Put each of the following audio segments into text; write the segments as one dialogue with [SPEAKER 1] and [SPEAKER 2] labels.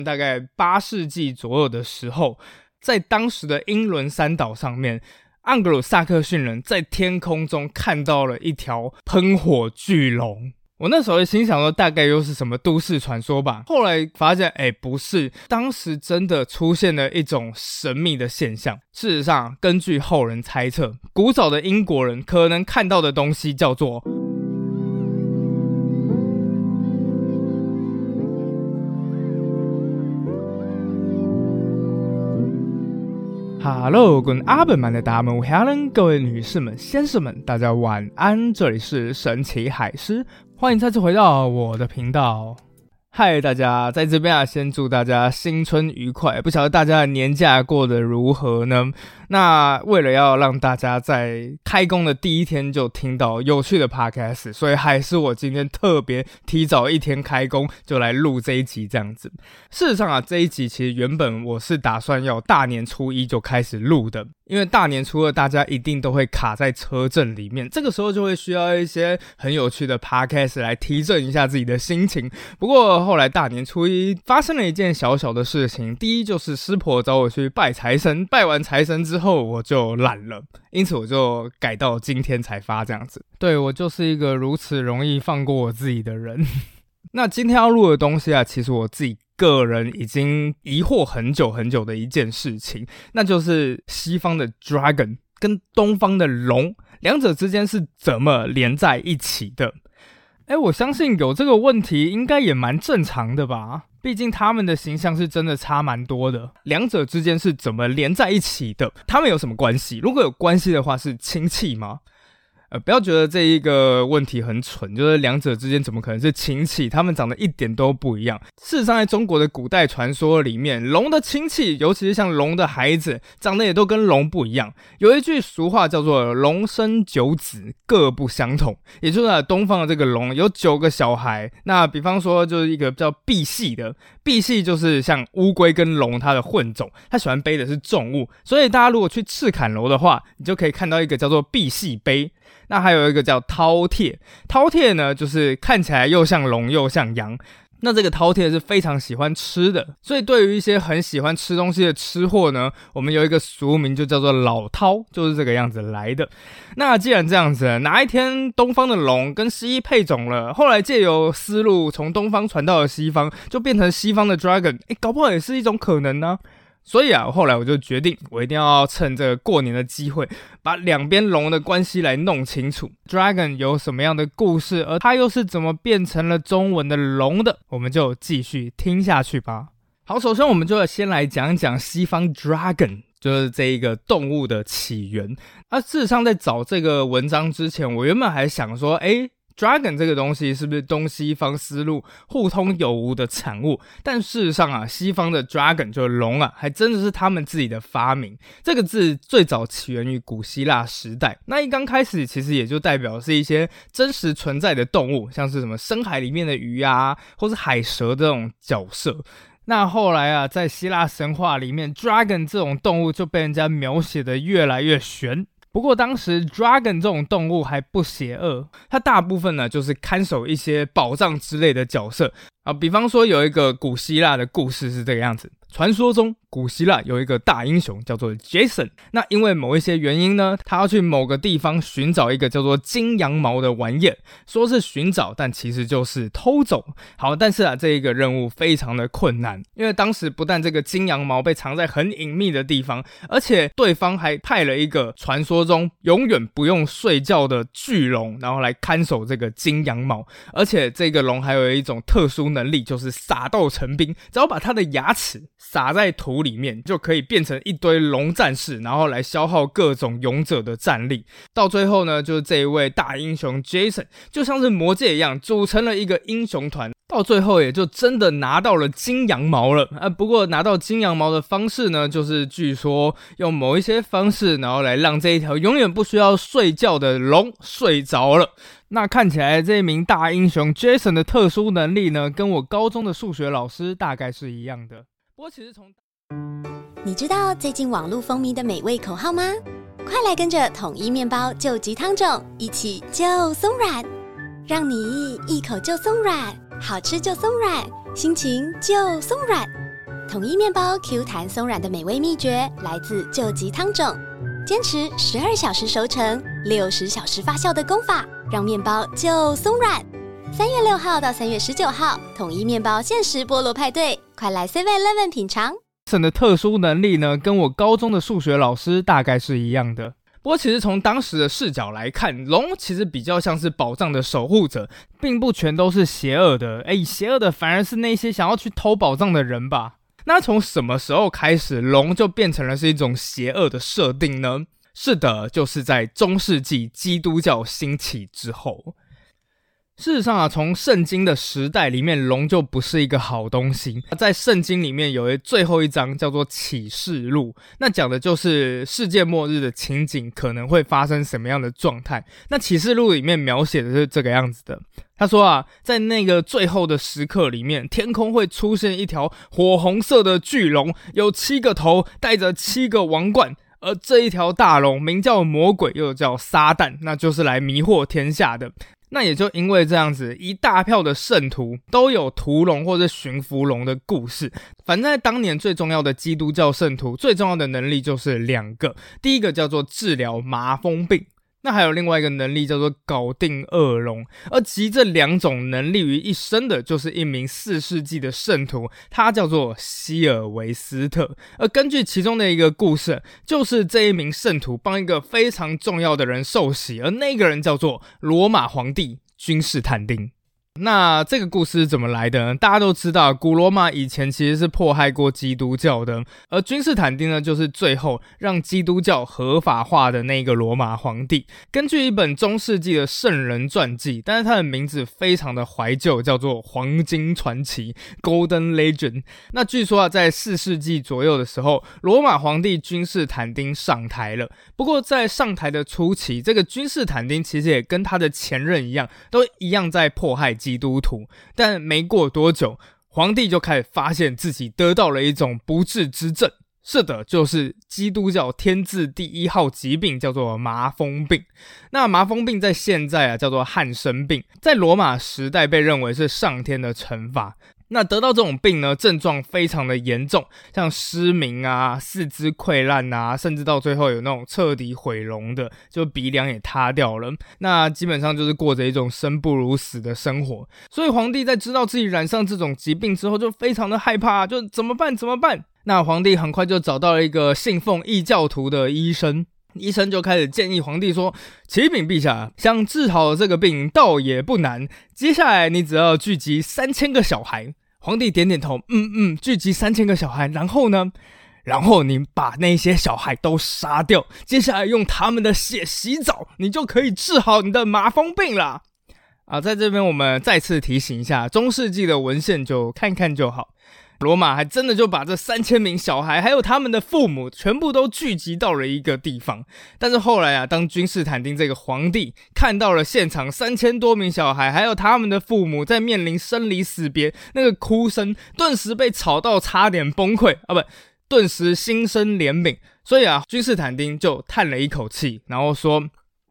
[SPEAKER 1] 大概8世纪左右的时候，在当时的英伦三岛上面，盎格鲁撒克逊人在天空中看到了一条喷火巨龙。我那时候心想说大概又是什么都市传说吧，后来发现不是，当时真的出现了一种神秘的现象。事实上，根据后人猜测，古早的英国人可能看到的东西叫做Hello， 跟阿本曼的大们，Helen， 各位女士们、先生们，大家晚安，这里是神奇海狮，欢迎再次回到我的频道。嗨，大家，在这边先祝大家新春愉快，不晓得大家的年假过得如何呢？那为了要让大家在开工的第一天就听到有趣的 podcast， 所以还是我今天特别提早一天开工就来录这一集这样子。事实上这一集其实原本我是打算要大年初一就开始录的，因为大年初二大家一定都会卡在车阵里面，这个时候就会需要一些很有趣的 podcast 来提振一下自己的心情。不过后来大年初一发生了一件小小的事情，第一就是师婆找我去拜财神，拜完财神之后我就懒了，因此我就改到今天才发这样子。对，我就是一个如此容易放过我自己的人。那今天要录的东西其实我自己个人已经疑惑很久很久的一件事情，那就是西方的 dragon 跟东方的龙，两者之间是怎么连在一起的？我相信有这个问题应该也蛮正常的吧，毕竟他们的形象是真的差蛮多的，两者之间是怎么连在一起的？他们有什么关系？如果有关系的话，是亲戚吗？不要觉得这一个问题很蠢，就是两者之间怎么可能是亲戚？他们长得一点都不一样。事实上，在中国的古代传说里面，龙的亲戚，尤其是像龙的孩子，长得也都跟龙不一样。有一句俗话叫做"龙生9子，各不相同"，也就是东方的这个龙有9个小孩。那比方说，就是一个叫赑屃的，赑屃就是像乌龟跟龙它的混种，它喜欢背的是重物，所以大家如果去赤坎楼的话，你就可以看到一个叫做赑屃碑。那还有一个叫饕餮，饕餮呢就是看起来又像龙又像羊。那这个饕餮是非常喜欢吃的，所以对于一些很喜欢吃东西的吃货呢，我们有一个俗名就叫做老饕，就是这个样子来的。那既然这样子，哪一天东方的龙跟西医配种了，后来借由丝路从东方传到了西方，就变成西方的 dragon， 搞不好也是一种可能呢。所以后来我就决定，我一定要趁这个过年的机会，把两边龙的关系来弄清楚。Dragon 有什么样的故事，而它又是怎么变成了中文的龙的，我们就继续听下去吧。好，首先我们就先来讲讲西方 Dragon， 就是这一个动物的起源。事实上在找这个文章之前，我原本还想说Dragon 这个东西是不是东西方思路互通有无的产物？但事实上西方的 Dragon 就是龙还真的是他们自己的发明。这个字最早起源于古希腊时代，那一刚开始其实也就代表是一些真实存在的动物，像是什么深海里面的鱼或是海蛇这种角色。那后来在希腊神话里面 Dragon 这种动物就被人家描写的越来越玄。不过当时 Dragon 这种动物还不邪恶，它大部分呢就是看守一些宝藏之类的角色比方说有一个古希腊的故事是这个样子，传说中古希腊有一个大英雄叫做 Jason， 那因为某一些原因呢，他要去某个地方寻找一个叫做金羊毛的玩意，说是寻找，但其实就是偷走。好，但是这一个任务非常的困难，因为当时不但这个金羊毛被藏在很隐秘的地方，而且对方还派了一个传说中永远不用睡觉的巨龙，然后来看守这个金羊毛。而且这个龙还有一种特殊能力，就是撒豆成兵，只要把它的牙齿撒在土里面，就可以变成一堆龙战士，然后来消耗各种勇者的战力。到最后呢，就是这一位大英雄 Jason 就像是魔戒一样，组成了一个英雄团，到最后也就真的拿到了金羊毛了不过拿到金羊毛的方式呢，就是据说用某一些方式，然后来让这一条永远不需要睡觉的龙睡着了。那看起来这一名大英雄 Jason 的特殊能力呢，跟我高中的数学老师大概是一样的。不过其实
[SPEAKER 2] 你知道最近网络风靡的美味口号吗？快来跟着统一面包就鸡汤种一起就松软，让你一口就松软，好吃就松软，心情就松软。 统一面包 Q 弹松软的美味秘诀来自救急汤种，坚持12小时熟成、60小时发酵的功法，让面包就松软。3月6号到3月19号，统一面包限时菠萝派对，快来 7-Eleven 品尝。
[SPEAKER 1] 神的特殊能力呢，跟我高中的数学老师大概是一样的。不过其实从当时的视角来看，龙其实比较像是宝藏的守护者，并不全都是邪恶的。邪恶的反而是那些想要去偷宝藏的人吧。那从什么时候开始，龙就变成了是一种邪恶的设定呢？是的，就是在中世纪基督教兴起之后。事实上从圣经的时代里面，龙就不是一个好东西。在圣经里面有最后一章叫做启示录，那讲的就是世界末日的情景可能会发生什么样的状态。那启示录里面描写的是这个样子的，他说在那个最后的时刻里面，天空会出现一条火红色的巨龙，有7个头，带着7个王冠，而这一条大龙名叫魔鬼，又叫撒旦，那就是来迷惑天下的。那也就因为这样子，一大票的圣徒都有屠龙或者驯服龙的故事。反正在当年最重要的基督教圣徒，最重要的能力就是2个，第一个叫做治疗麻风病，那还有另外一个能力叫做搞定恶龙。而集这2种能力于一身的就是一名4世纪的圣徒，他叫做希尔维斯特。而根据其中的一个故事，就是这一名圣徒帮一个非常重要的人受洗，而那个人叫做罗马皇帝君士坦丁。那这个故事是怎么来的呢？大家都知道古罗马以前其实是迫害过基督教的，而君士坦丁呢，就是最后让基督教合法化的那个罗马皇帝。根据一本中世纪的圣人传记，但是他的名字非常的怀旧，叫做黄金传奇 Golden Legend。 那据说在4世纪左右的时候，罗马皇帝君士坦丁上台了。不过在上台的初期，这个君士坦丁其实也跟他的前任一样，都一样在迫害基督徒。但没过多久，皇帝就开始发现自己得到了一种不治之症。是的，就是基督教天字第1号疾病，叫做麻风病。那麻风病在现在叫做汉生病，在罗马时代被认为是上天的惩罚。那得到这种病呢，症状非常的严重，像失明四肢溃烂甚至到最后有那种彻底毁容的，就鼻梁也塌掉了。那基本上就是过着一种生不如死的生活。所以皇帝在知道自己染上这种疾病之后，就非常的害怕，就怎么办？那皇帝很快就找到了一个信奉异教徒的医生。医生就开始建议皇帝说，启禀陛下，想治好这个病倒也不难，接下来你只要聚集3000个小孩。皇帝点点头，聚集3000个小孩，然后呢？然后你把那些小孩都杀掉，接下来用他们的血洗澡，你就可以治好你的麻风病了。在这边我们再次提醒一下，中世纪的文献就看看就好。罗马还真的就把这3000名小孩还有他们的父母全部都聚集到了一个地方。但是后来当君士坦丁这个皇帝看到了现场3000多名小孩还有他们的父母在面临生离死别，那个哭声顿时被吵到差点崩溃顿时心生怜悯。所以君士坦丁就叹了一口气，然后说，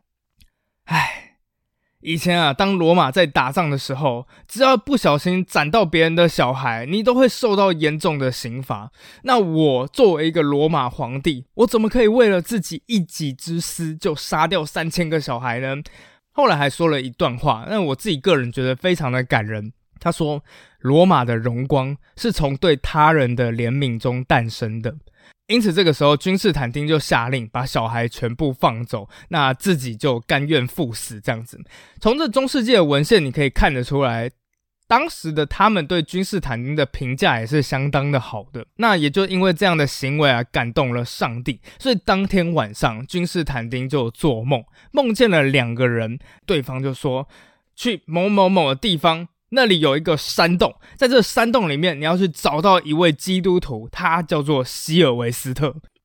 [SPEAKER 1] 以前当罗马在打仗的时候，只要不小心斩到别人的小孩，你都会受到严重的刑罚。那我作为一个罗马皇帝，我怎么可以为了自己一己之私就杀掉3000个小孩呢？后来还说了一段话，那我自己个人觉得非常的感人。他说，罗马的荣光是从对他人的怜悯中诞生的。因此这个时候君士坦丁就下令把小孩全部放走，那自己就甘愿赴死这样子。从这中世纪的文献你可以看得出来，当时的他们对君士坦丁的评价也是相当的好的。那也就因为这样的行为感动了上帝，所以当天晚上君士坦丁就做梦，梦见了2个人，对方就说，去某某某的地方，那里有一个山洞，在这山洞里面你要去找到一位基督徒，他叫做希尔维斯特。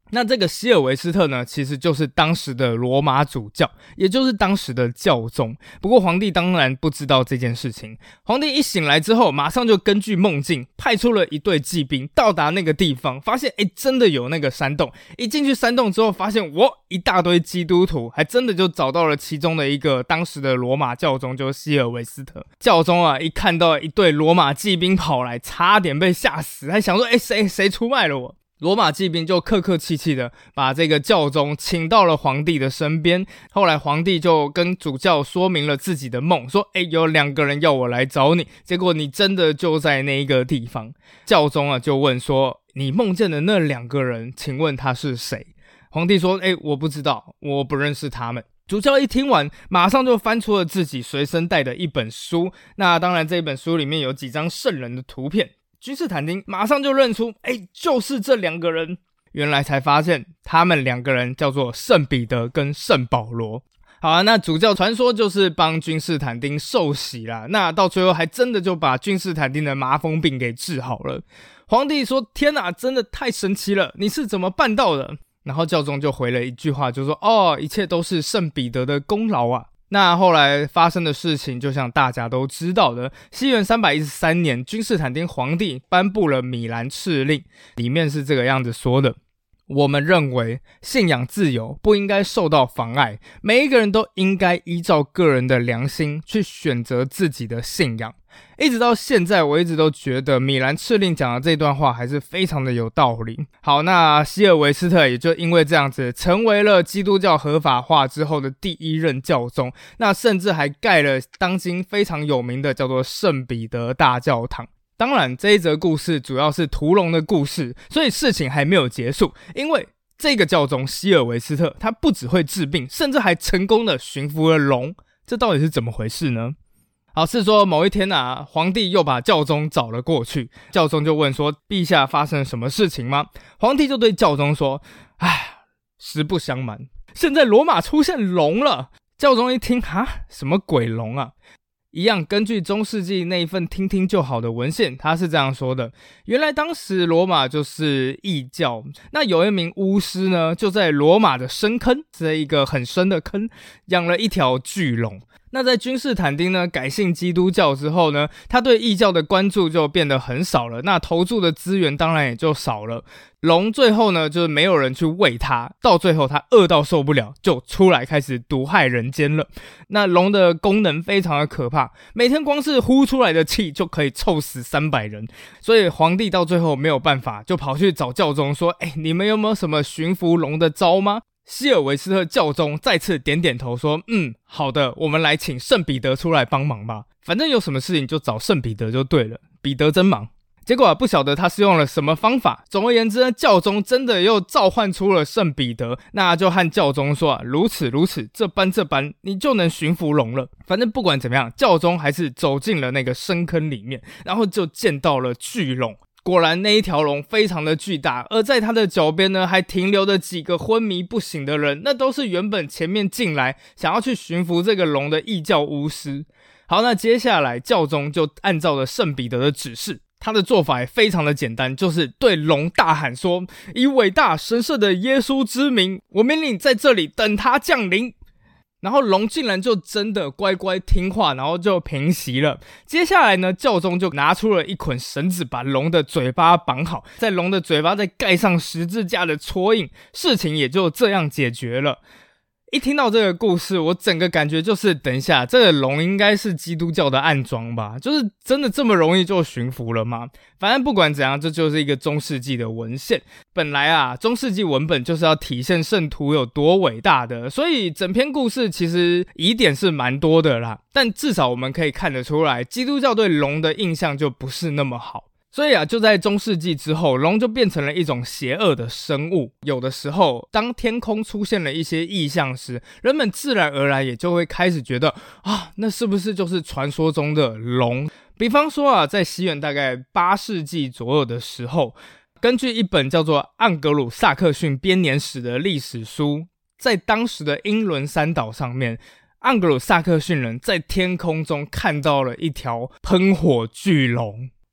[SPEAKER 1] 那这个希尔维斯特呢，其实就是当时的罗马主教，也就是当时的教宗。不过皇帝当然不知道这件事情。皇帝一醒来之后，马上就根据梦境派出了一队骑兵到达那个地方，发现真的有那个山洞。一进去山洞之后，发现一大堆基督徒，还真的就找到了其中的一个当时的罗马教宗，就是希尔维斯特。教宗啊，一看到一队罗马骑兵跑来，差点被吓死，还想说谁出卖了我。罗马骑兵就客客气气的把这个教宗请到了皇帝的身边。后来皇帝就跟主教说明了自己的梦，说有2个人要我来找你，结果你真的就在那一个地方。教宗啊就问说，你梦见的那2个人，请问他是谁？皇帝说我不知道，我不认识他们。主教一听完，马上就翻出了自己随身带的一本书。那当然这本书里面有几张圣人的图片，君士坦丁马上就认出就是这2个人。原来才发现他们2个人叫做圣彼得跟圣保罗。好啊，那主教传说就是帮君士坦丁受洗啦，那到最后还真的就把君士坦丁的麻风病给治好了。皇帝说，天哪，真的太神奇了，你是怎么办到的？然后教宗就回了一句话，就说一切都是圣彼得的功劳啊。那后来发生的事情就像大家都知道的，西元313年君士坦丁皇帝颁布了米兰敕令，里面是这个样子说的：我们认为信仰自由不应该受到妨碍，每一个人都应该依照个人的良心去选择自己的信仰。一直到现在，我一直都觉得米兰敕令讲的这段话还是非常的有道理。好，那希尔维斯特也就因为这样子成为了基督教合法化之后的第1任教宗，那甚至还盖了当今非常有名的叫做圣彼得大教堂。当然这一则故事主要是屠龙的故事，所以事情还没有结束，因为这个教宗希尔维斯特他不只会治病，甚至还成功的驯服了龙。这到底是怎么回事呢？好，是说某一天啊，皇帝又把教宗找了过去，教宗就问说，陛下发生了什么事情吗？皇帝就对教宗说，实不相瞒，现在罗马出现龙了。教宗一听，什么鬼龙啊？一样，根据中世纪那一份听听就好的文献，他是这样说的：原来当时罗马就是异教，那有一名巫师呢，就在罗马的深坑，这一个很深的坑，养了一条巨龙。那在君士坦丁呢改信基督教之后呢，他对异教的关注就变得很少了，那投注的资源当然也就少了。龙最后呢就是没有人去喂它，到最后它饿到受不了，就出来开始毒害人间了。那龙的功能非常的可怕，每天光是呼出来的气就可以臭死300人。所以皇帝到最后没有办法，就跑去找教宗说，你们有没有什么驯服龙的招吗？希尔维斯特教宗再次点点头说，好的，我们来请圣彼得出来帮忙吧，反正有什么事情就找圣彼得就对了，彼得真忙。结果不晓得他是用了什么方法，总而言之呢，教宗真的又召唤出了圣彼得，那就和教宗说，如此这般你就能驯服龙了。反正不管怎么样，教宗还是走进了那个深坑里面，然后就见到了巨龙。果然那一条龙非常的巨大，而在他的脚边呢还停留着几个昏迷不醒的人，那都是原本前面进来想要去驯服这个龙的异教巫师。好，那接下来教宗就按照了圣彼得的指示，他的做法也非常的简单，就是对龙大喊说，以伟大神圣的耶稣之名，我命令在这里等他降临。然后龙竟然就真的乖乖听话，然后就平息了。接下来呢，教宗就拿出了一捆绳子，把龙的嘴巴绑好，在龙的嘴巴再盖上十字架的戳印，事情也就这样解决了。一听到这个故事，我整个感觉就是，等一下，这个龙应该是基督教的暗装吧？就是真的这么容易就驯服了吗？反正不管怎样，这就是一个中世纪的文献。本来啊，中世纪文本就是要体现圣徒有多伟大的，所以整篇故事其实疑点是蛮多的啦。但至少我们可以看得出来，基督教对龙的印象就不是那么好。所以啊，就在中世纪之后，龙就变成了一种邪恶的生物。有的时候，当天空出现了一些异象时，人们自然而然也就会开始觉得那是不是就是传说中的龙？比方说啊，在西元大概8世纪左右的时候，根据一本叫做《盎格鲁撒克逊编年史》的历史书，在当时的英伦三岛上面，盎格鲁撒克逊人在天空中看到了一条喷火巨龙。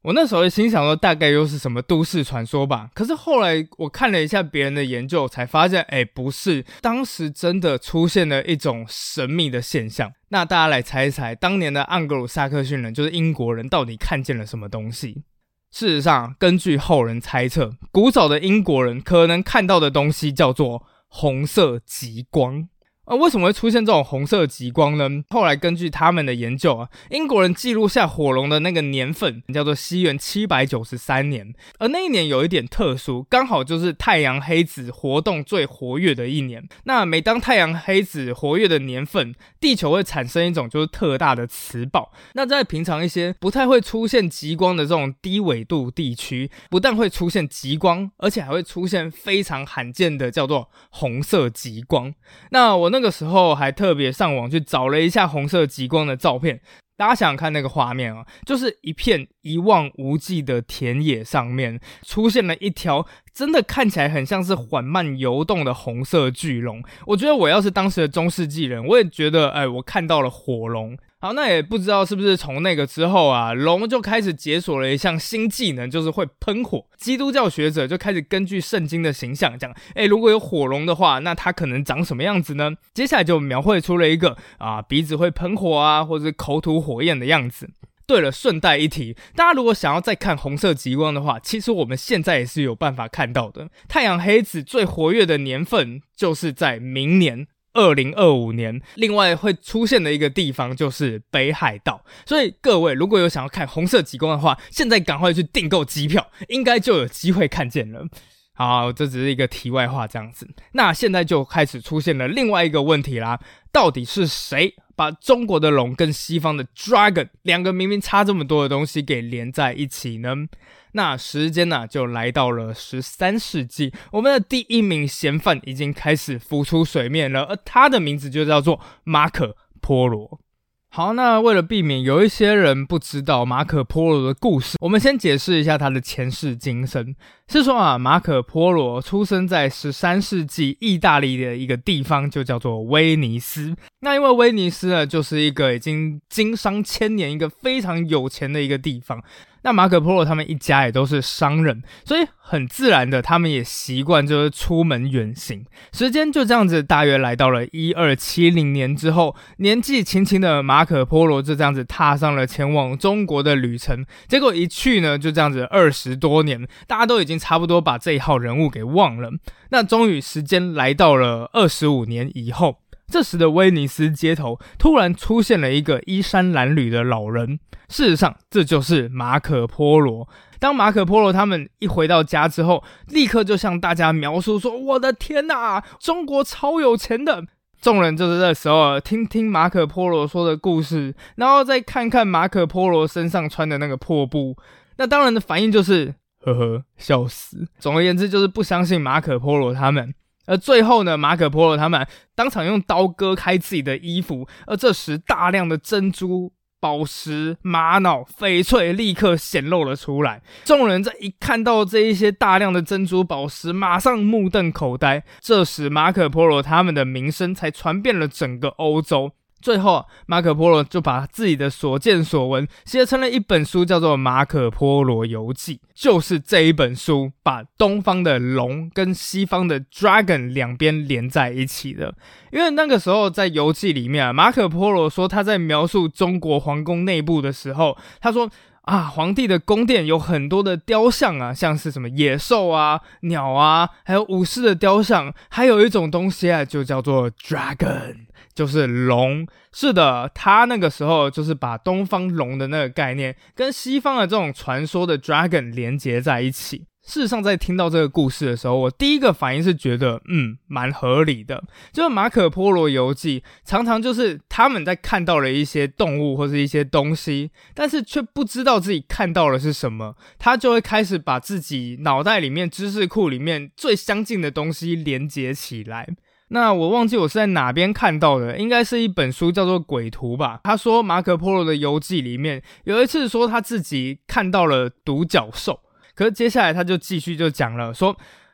[SPEAKER 1] 我那时候心想说大概又是什么都市传说吧，可是后来我看了一下别人的研究，才发现不是，当时真的出现了一种神秘的现象。那大家来猜一猜，当年的盎格鲁撒克逊人，就是英国人，到底看见了什么东西？事实上，根据后人猜测，古早的英国人可能看到的东西叫做红色极光。为什么会出现这种红色极光呢？后来根据他们的研究英国人记录下火龙的那个年份叫做西元793年，而那一年有一点特殊，刚好就是太阳黑子活动最活跃的一年。那每当太阳黑子活跃的年份，地球会产生一种就是特大的磁暴。那在平常一些不太会出现极光的这种低纬度地区，不但会出现极光，而且还会出现非常罕见的叫做红色极光。那我那个时候还特别上网去找了一下红色极光的照片，大家想想看那个画面就是一片一望无际的田野上面出现了一条真的看起来很像是缓慢游动的红色巨龙。我觉得我要是当时的中世纪人，我也觉得我看到了火龙。好，那也不知道是不是从那个之后龙就开始解锁了一项新技能，就是会喷火。基督教学者就开始根据圣经的形象讲，如果有火龙的话，那它可能长什么样子呢？接下来就描绘出了一个鼻子会喷火或者口吐火焰的样子。对了，顺带一提，大家如果想要再看红色极光的话，其实我们现在也是有办法看到的。太阳黑子最活跃的年份就是在明年2025年，另外会出现的一个地方就是北海道。所以各位如果有想要看红色极光的话，现在赶快去订购机票，应该就有机会看见了。好，这只是一个题外话这样子。那现在就开始出现了另外一个问题啦，到底是谁把中国的龙跟西方的 dragon 两个明明差这么多的东西给连在一起呢？那时间就来到了13世纪，我们的第一名嫌犯已经开始浮出水面了，而他的名字就叫做马可波罗。好，那为了避免有一些人不知道马可波罗的故事，我们先解释一下他的前世今生。是说马可波罗出生在13世纪意大利的一个地方，就叫做威尼斯。那因为威尼斯呢，就是一个已经经商千年，一个非常有钱的一个地方。那马可波罗他们一家也都是商人，所以很自然的他们也习惯就是出门远行。时间就这样子大约来到了1270年之后，年纪轻轻的马可波罗就这样子踏上了前往中国的旅程。结果一去呢，就这样子20多年，大家都已经差不多把这一号人物给忘了。那终于时间来到了25年以后，这时的威尼斯街头突然出现了一个衣衫褴褛的老人。事实上这就是马可波罗。当马可波罗他们一回到家之后，立刻就向大家描述说，我的天哪，中国超有钱的。众人就是这时候听听马可波罗说的故事，然后再看看马可波罗身上穿的那个破布，那当然的反应就是呵呵笑死。总而言之就是不相信马可波罗他们。而最后呢，马可波罗他们当场用刀割开自己的衣服，而这时大量的珍珠、宝石、玛瑙、翡翠立刻显露了出来。众人在一看到这一些大量的珍珠宝石，马上目瞪口呆。这时马可波罗他们的名声才传遍了整个欧洲。最后马可波罗就把自己的所见所闻写成了一本书，叫做《马可波罗游记》。就是这一本书把东方的龙跟西方的 dragon 两边连在一起的。因为那个时候在游记里面马可波罗说他在描述中国皇宫内部的时候，他说皇帝的宫殿有很多的雕像像是什么野兽鸟还有武士的雕像，还有一种东西就叫做 dragon， 就是龙。是的，他那个时候就是把东方龙的那个概念跟西方的这种传说的 dragon 连结在一起。事实上在听到这个故事的时候，我第一个反应是觉得蛮合理的。就是马可波罗游记常常就是他们在看到了一些动物或是一些东西，但是却不知道自己看到的是什么，他就会开始把自己脑袋里面知识库里面最相近的东西连结起来。那我忘记我是在哪边看到的，应该是一本书叫做《鬼图》吧。他说马可波罗的游记里面有一次说他自己看到了独角兽，可是接下来他就继续就讲了说，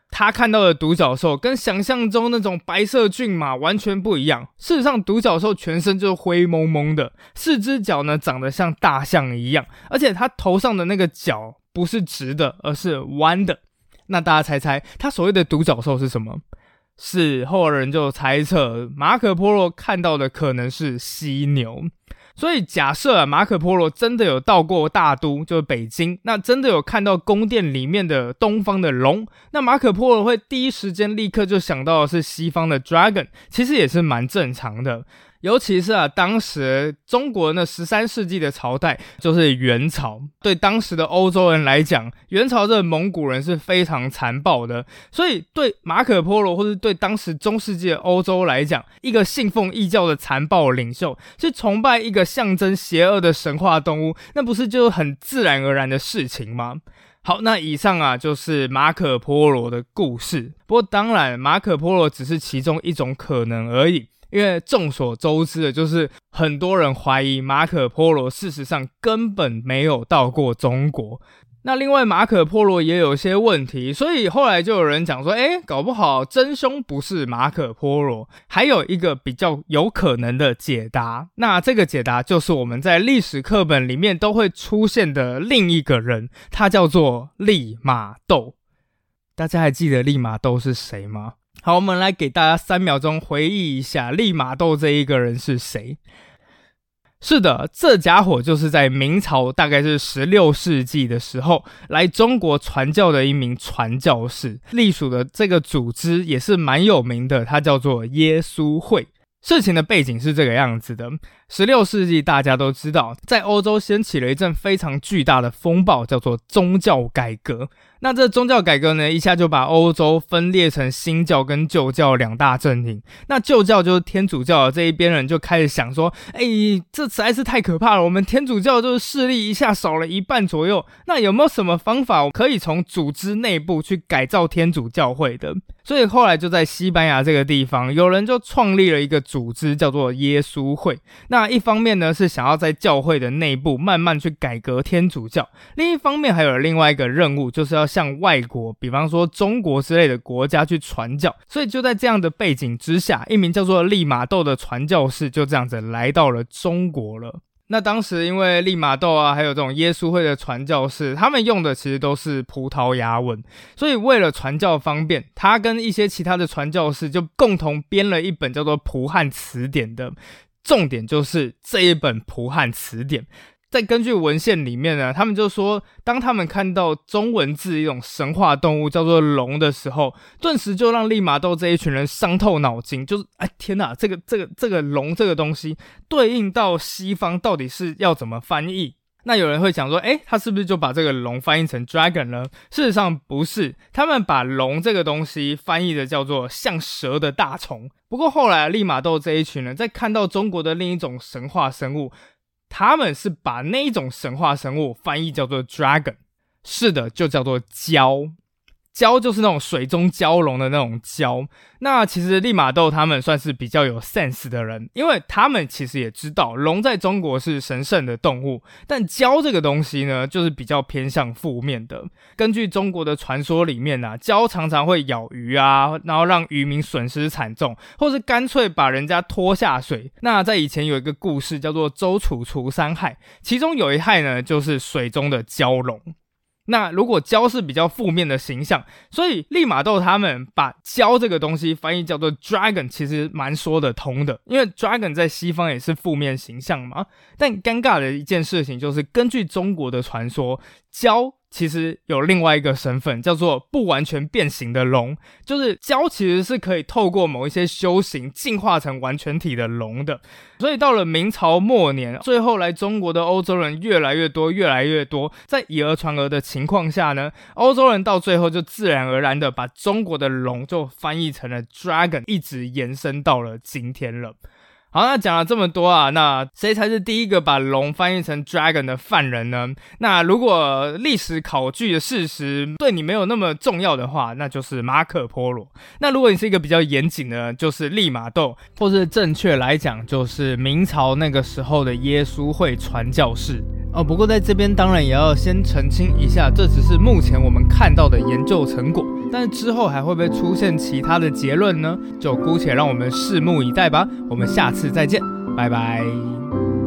[SPEAKER 1] 他看到的独角兽跟想象中那种白色骏马完全不一样。事实上，独角兽全身就是灰蒙蒙的，4只脚呢长得像大象一样，而且它头上的那个角不是直的，而是弯的。那大家猜猜，他所谓的独角兽是什么？是后人就猜测马可波罗看到的可能是犀牛。所以假设马可波罗真的有到过大都，就是北京，那真的有看到宫殿里面的东方的龙，那马可波罗会第一时间立刻就想到的是西方的 dragon， 其实也是蛮正常的。尤其是当时中国那13世纪的朝代就是元朝，对当时的欧洲人来讲，元朝这蒙古人是非常残暴的，所以对马可波罗或是对当时中世纪的欧洲来讲，一个信奉异教的残暴领袖去崇拜一个象征邪恶的神话动物，那不是就很自然而然的事情吗？好，那以上就是马可波罗的故事。不过当然，马可波罗只是其中一种可能而已。因为众所周知的就是很多人怀疑马可波罗事实上根本没有到过中国。那另外马可波罗也有些问题，所以后来就有人讲说搞不好真凶不是马可波罗，还有一个比较有可能的解答。那这个解答就是我们在历史课本里面都会出现的另一个人，他叫做利玛窦。大家还记得利玛窦是谁吗？好，我们来给大家3秒钟回忆一下利玛窦这一个人是谁。是的，这家伙就是在明朝大概是16世纪的时候来中国传教的一名传教士，隶属的这个组织也是蛮有名的，它叫做耶稣会。事情的背景是这个样子的，16世纪大家都知道，在欧洲掀起了一阵非常巨大的风暴，叫做宗教改革。那这宗教改革呢，一下就把欧洲分裂成新教跟旧教2大阵营。那旧教就是天主教的这一边人就开始想说，这实在是太可怕了，我们天主教就是势力一下少了1半左右，那有没有什么方法可以从组织内部去改造天主教会的？所以后来就在西班牙这个地方，有人就创立了一个组织叫做耶稣会。那一方面呢是想要在教会的内部慢慢去改革天主教，另一方面还有另外一个任务，就是要向外国，比方说中国之类的国家去传教。所以就在这样的背景之下，一名叫做利玛窦的传教士就这样子来到了中国了。那当时因为利玛窦还有这种耶稣会的传教士，他们用的其实都是葡萄牙文，所以为了传教方便，他跟一些其他的传教士就共同编了一本叫做普汉词典的。重点就是这一本普汉词典，在根据文献里面呢，他们就说，当他们看到中文字一种神话动物叫做龙的时候，顿时就让利玛窦这一群人伤透脑筋，就是天哪，这个龙这个东西对应到西方到底是要怎么翻译？那有人会讲说，他是不是就把这个龙翻译成 dragon 呢？事实上不是，他们把龙这个东西翻译的叫做像蛇的大虫。不过后来利玛窦这一群人在看到中国的另一种神话生物，他们是把那一种神话生物翻译叫做 dragon， 是的，就叫做蛟。蛟就是那种水中蛟龙的那种蛟。那其实利玛窦他们算是比较有 sense 的人，因为他们其实也知道龙在中国是神圣的动物，但蛟这个东西呢，就是比较偏向负面的。根据中国的传说里面蛟常常会咬鱼然后让渔民损失惨重，或是干脆把人家拖下水。那在以前有一个故事叫做周楚除3害，其中有一害呢，就是水中的蛟龙。那如果蛟是比较负面的形象，所以利玛窦他们把蛟这个东西翻译叫做 dragon， 其实蛮说得通的，因为 dragon 在西方也是负面形象嘛。但尴尬的一件事情就是，根据中国的传说，蛟其实有另外一个身份，叫做不完全变形的龙，就是蛟其实是可以透过某一些修行进化成完全体的龙的。所以到了明朝末年，最后来中国的欧洲人越来越多，在以讹传讹的情况下呢，欧洲人到最后就自然而然的把中国的龙就翻译成了 dragon， 一直延伸到了今天了。好，那讲了这么多那谁才是第一个把龙翻译成 dragon 的犯人呢？那如果历史考据的事实对你没有那么重要的话，那就是马可波罗。那如果你是一个比较严谨的，就是利玛窦，或是正确来讲就是明朝那个时候的耶稣会传教士。 不过在这边当然也要先澄清一下，这只是目前我们看到的研究成果，但是之后还会不会出现其他的结论呢？就姑且让我们拭目以待吧。我们下次再见，拜拜。